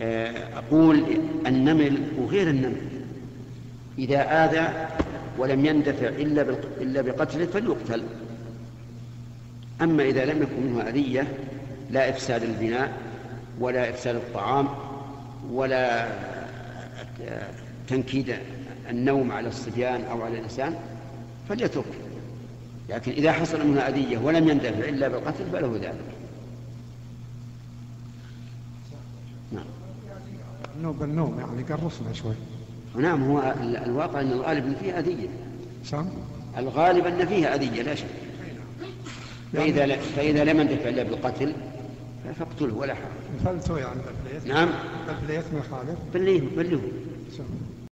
أقول النمل وغير النمل إذا آذى ولم يندفع إلا بقتله فليقتل. أما إذا لم يكن منه أذية، لا إفساد البناء ولا إفساد الطعام ولا تنكيد النوم على الصبيان أو على الإنسان، فليترك. لكن إذا حصل منه أذية ولم يندفع إلا بالقتل فله ذلك. نعم. بالنوم يعني قرصنا شوي. نعم، هو الواقع أن الغالب أن فيها أذية. صح. الغالب أن فيها أذية لا شك. فإذا لم يندفع إلا بالقتل فاقتله ولا حرج. فلتو يعني بالليث. نعم. بالليث من خالد. بالليه.